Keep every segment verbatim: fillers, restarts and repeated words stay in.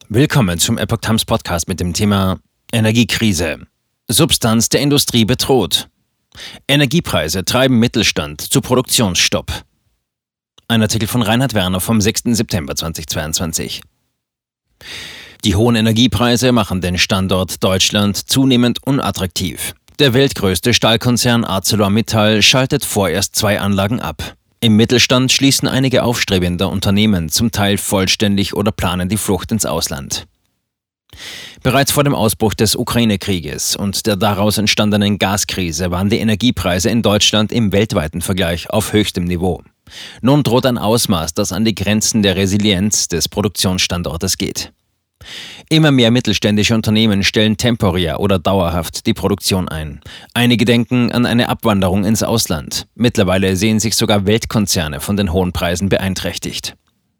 Willkommen zum Epoch Times Podcast mit dem Thema Energiekrise. Substanz der Industrie bedroht. Energiepreise treiben Mittelstand zu Produktionsstopp. Ein Artikel von Reinhard Werner vom sechsten September zweitausendzweiundzwanzig. Die hohen Energiepreise machen den Standort Deutschland zunehmend unattraktiv. Der weltgrößte Stahlkonzern ArcelorMittal schaltet vorerst zwei Anlagen ab. Im Mittelstand schließen einige aufstrebende Unternehmen zum Teil vollständig oder planen die Flucht ins Ausland. Bereits vor dem Ausbruch des Ukraine-Krieges und der daraus entstandenen Gaskrise waren die Energiepreise in Deutschland im weltweiten Vergleich auf höchstem Niveau. Nun droht ein Ausmaß, das an die Grenzen der Resilienz des Produktionsstandortes geht. Immer mehr mittelständische Unternehmen stellen temporär oder dauerhaft die Produktion ein. Einige denken an eine Abwanderung ins Ausland. Mittlerweile sehen sich sogar Weltkonzerne von den hohen Preisen beeinträchtigt.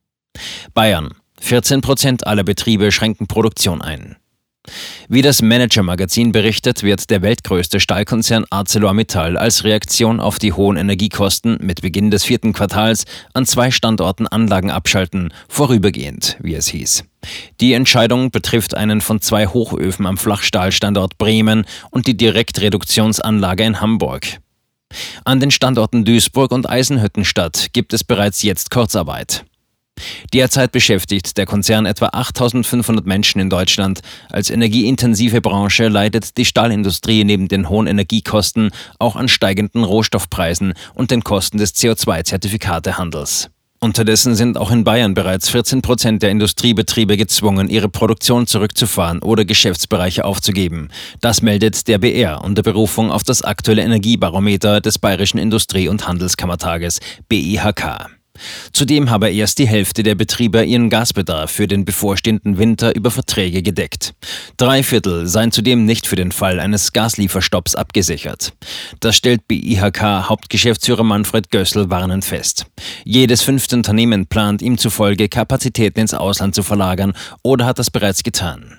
Bayern. vierzehn Prozent aller Betriebe schränken Produktion ein. Wie das Manager-Magazin berichtet, wird der weltgrößte Stahlkonzern ArcelorMittal als Reaktion auf die hohen Energiekosten mit Beginn des vierten Quartals an zwei Standorten Anlagen abschalten, vorübergehend, wie es hieß. Die Entscheidung betrifft einen von zwei Hochöfen am Flachstahlstandort Bremen und die Direktreduktionsanlage in Hamburg. An den Standorten Duisburg und Eisenhüttenstadt gibt es bereits jetzt Kurzarbeit. Derzeit beschäftigt der Konzern etwa achttausendfünfhundert Menschen in Deutschland. Als energieintensive Branche leidet die Stahlindustrie neben den hohen Energiekosten auch an steigenden Rohstoffpreisen und den Kosten des C O zwei Zertifikatehandels. Unterdessen sind auch in Bayern bereits vierzehn Prozent der Industriebetriebe gezwungen, ihre Produktion zurückzufahren oder Geschäftsbereiche aufzugeben. Das meldet der B R unter Berufung auf das aktuelle Energiebarometer des Bayerischen Industrie- und Handelskammertages B I H K. Zudem habe erst die Hälfte der Betriebe ihren Gasbedarf für den bevorstehenden Winter über Verträge gedeckt. Drei Viertel seien zudem nicht für den Fall eines Gaslieferstopps abgesichert. Das stellt B I H K-Hauptgeschäftsführer Manfred Gößl warnend fest. Jedes fünfte Unternehmen plant ihm zufolge, Kapazitäten ins Ausland zu verlagern oder hat das bereits getan.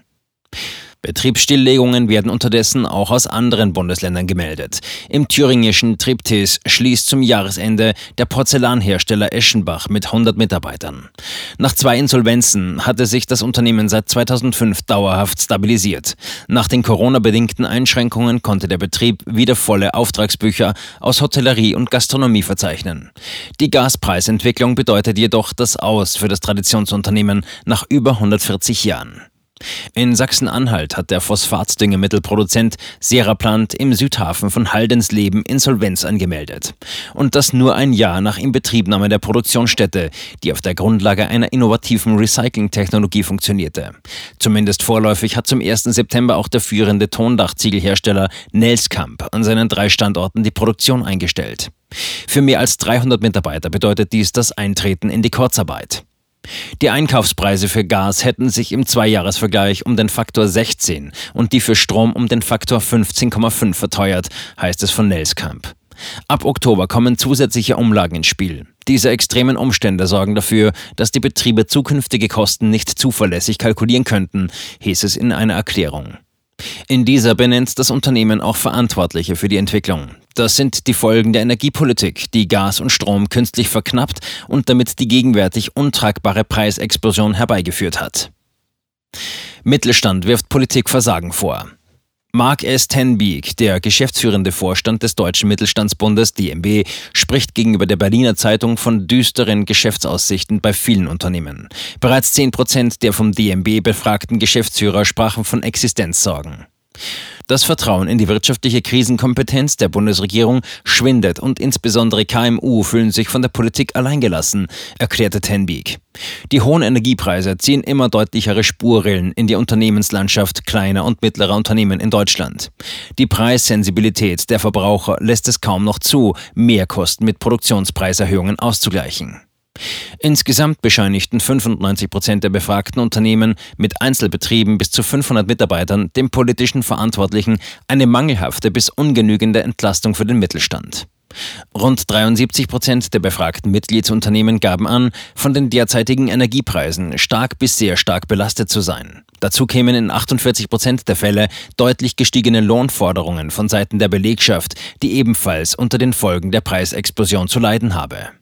Betriebsstilllegungen werden unterdessen auch aus anderen Bundesländern gemeldet. Im thüringischen Triptis schließt zum Jahresende der Porzellanhersteller Eschenbach mit hundert Mitarbeitern. Nach zwei Insolvenzen hatte sich das Unternehmen seit zweitausendfünf dauerhaft stabilisiert. Nach den Corona-bedingten Einschränkungen konnte der Betrieb wieder volle Auftragsbücher aus Hotellerie und Gastronomie verzeichnen. Die Gaspreisentwicklung bedeutet jedoch das Aus für das Traditionsunternehmen nach über hundertvierzig Jahren. In Sachsen-Anhalt hat der Phosphatdüngemittelproduzent Seraplant im Südhafen von Haldensleben Insolvenz angemeldet. Und das nur ein Jahr nach Inbetriebnahme der Produktionsstätte, die auf der Grundlage einer innovativen Recycling-Technologie funktionierte. Zumindest vorläufig hat zum ersten September auch der führende Tondachziegelhersteller Nelskamp an seinen drei Standorten die Produktion eingestellt. Für mehr als dreihundert Mitarbeiter bedeutet dies das Eintreten in die Kurzarbeit. Die Einkaufspreise für Gas hätten sich im Zweijahresvergleich um den Faktor sechzehn und die für Strom um den Faktor fünfzehn Komma fünf verteuert, heißt es von Nelskamp. Ab Oktober kommen zusätzliche Umlagen ins Spiel. Diese extremen Umstände sorgen dafür, dass die Betriebe zukünftige Kosten nicht zuverlässig kalkulieren könnten, hieß es in einer Erklärung. In dieser benennt das Unternehmen auch Verantwortliche für die Entwicklung. Das sind die Folgen der Energiepolitik, die Gas und Strom künstlich verknappt und damit die gegenwärtig untragbare Preisexplosion herbeigeführt hat. Mittelstand wirft Politik Versagen vor. Mark S. ten Beek, der geschäftsführende Vorstand des Deutschen Mittelstandsbundes D M B, spricht gegenüber der Berliner Zeitung von düsteren Geschäftsaussichten bei vielen Unternehmen. Bereits zehn Prozent der vom D M B befragten Geschäftsführer sprachen von Existenzsorgen. Das Vertrauen in die wirtschaftliche Krisenkompetenz der Bundesregierung schwindet und insbesondere K M U fühlen sich von der Politik alleingelassen, erklärte ten Beek. Die hohen Energiepreise ziehen immer deutlichere Spurrillen in die Unternehmenslandschaft kleiner und mittlerer Unternehmen in Deutschland. Die Preissensibilität der Verbraucher lässt es kaum noch zu, Mehrkosten mit Produktionspreiserhöhungen auszugleichen. Insgesamt bescheinigten fünfundneunzig Prozent der befragten Unternehmen mit Einzelbetrieben bis zu fünfhundert Mitarbeitern dem politischen Verantwortlichen eine mangelhafte bis ungenügende Entlastung für den Mittelstand. Rund dreiundsiebzig Prozent der befragten Mitgliedsunternehmen gaben an, von den derzeitigen Energiepreisen stark bis sehr stark belastet zu sein. Dazu kämen in achtundvierzig Prozent der Fälle deutlich gestiegene Lohnforderungen von Seiten der Belegschaft, die ebenfalls unter den Folgen der Preisexplosion zu leiden habe.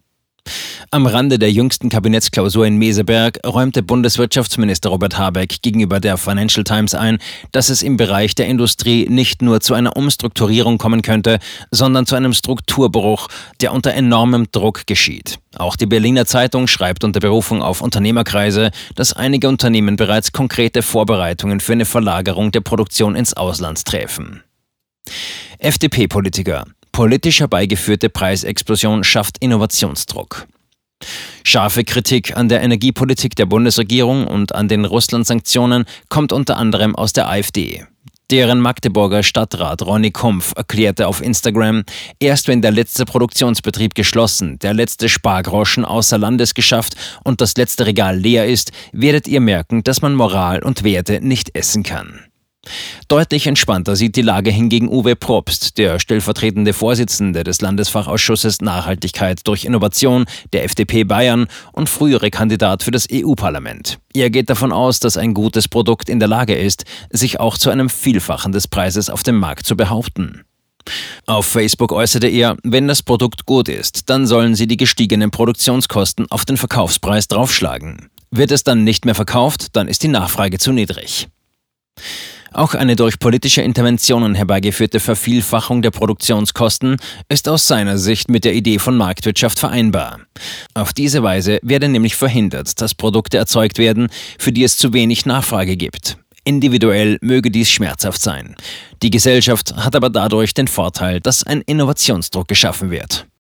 Am Rande der jüngsten Kabinettsklausur in Meseberg räumte Bundeswirtschaftsminister Robert Habeck gegenüber der Financial Times ein, dass es im Bereich der Industrie nicht nur zu einer Umstrukturierung kommen könnte, sondern zu einem Strukturbruch, der unter enormem Druck geschieht. Auch die Berliner Zeitung schreibt unter Berufung auf Unternehmerkreise, dass einige Unternehmen bereits konkrete Vorbereitungen für eine Verlagerung der Produktion ins Ausland treffen. F D P-Politiker: Politisch herbeigeführte Preisexplosion schafft Innovationsdruck. Scharfe Kritik an der Energiepolitik der Bundesregierung und an den Russland-Sanktionen kommt unter anderem aus der AfD. Deren Magdeburger Stadtrat Ronny Kumpf erklärte auf Instagram: Erst wenn der letzte Produktionsbetrieb geschlossen, der letzte Spargroschen außer Landes geschafft und das letzte Regal leer ist, werdet ihr merken, dass man Moral und Werte nicht essen kann. Deutlich entspannter sieht die Lage hingegen Uwe Probst, der stellvertretende Vorsitzende des Landesfachausschusses Nachhaltigkeit durch Innovation der F D P Bayern und frühere Kandidat für das E U-Parlament. Er geht davon aus, dass ein gutes Produkt in der Lage ist, sich auch zu einem Vielfachen des Preises auf dem Markt zu behaupten. Auf Facebook äußerte er: Wenn das Produkt gut ist, dann sollen sie die gestiegenen Produktionskosten auf den Verkaufspreis draufschlagen. Wird es dann nicht mehr verkauft, dann ist die Nachfrage zu niedrig. Auch eine durch politische Interventionen herbeigeführte Vervielfachung der Produktionskosten ist aus seiner Sicht mit der Idee von Marktwirtschaft vereinbar. Auf diese Weise werde nämlich verhindert, dass Produkte erzeugt werden, für die es zu wenig Nachfrage gibt. Individuell möge dies schmerzhaft sein. Die Gesellschaft hat aber dadurch den Vorteil, dass ein Innovationsdruck geschaffen wird.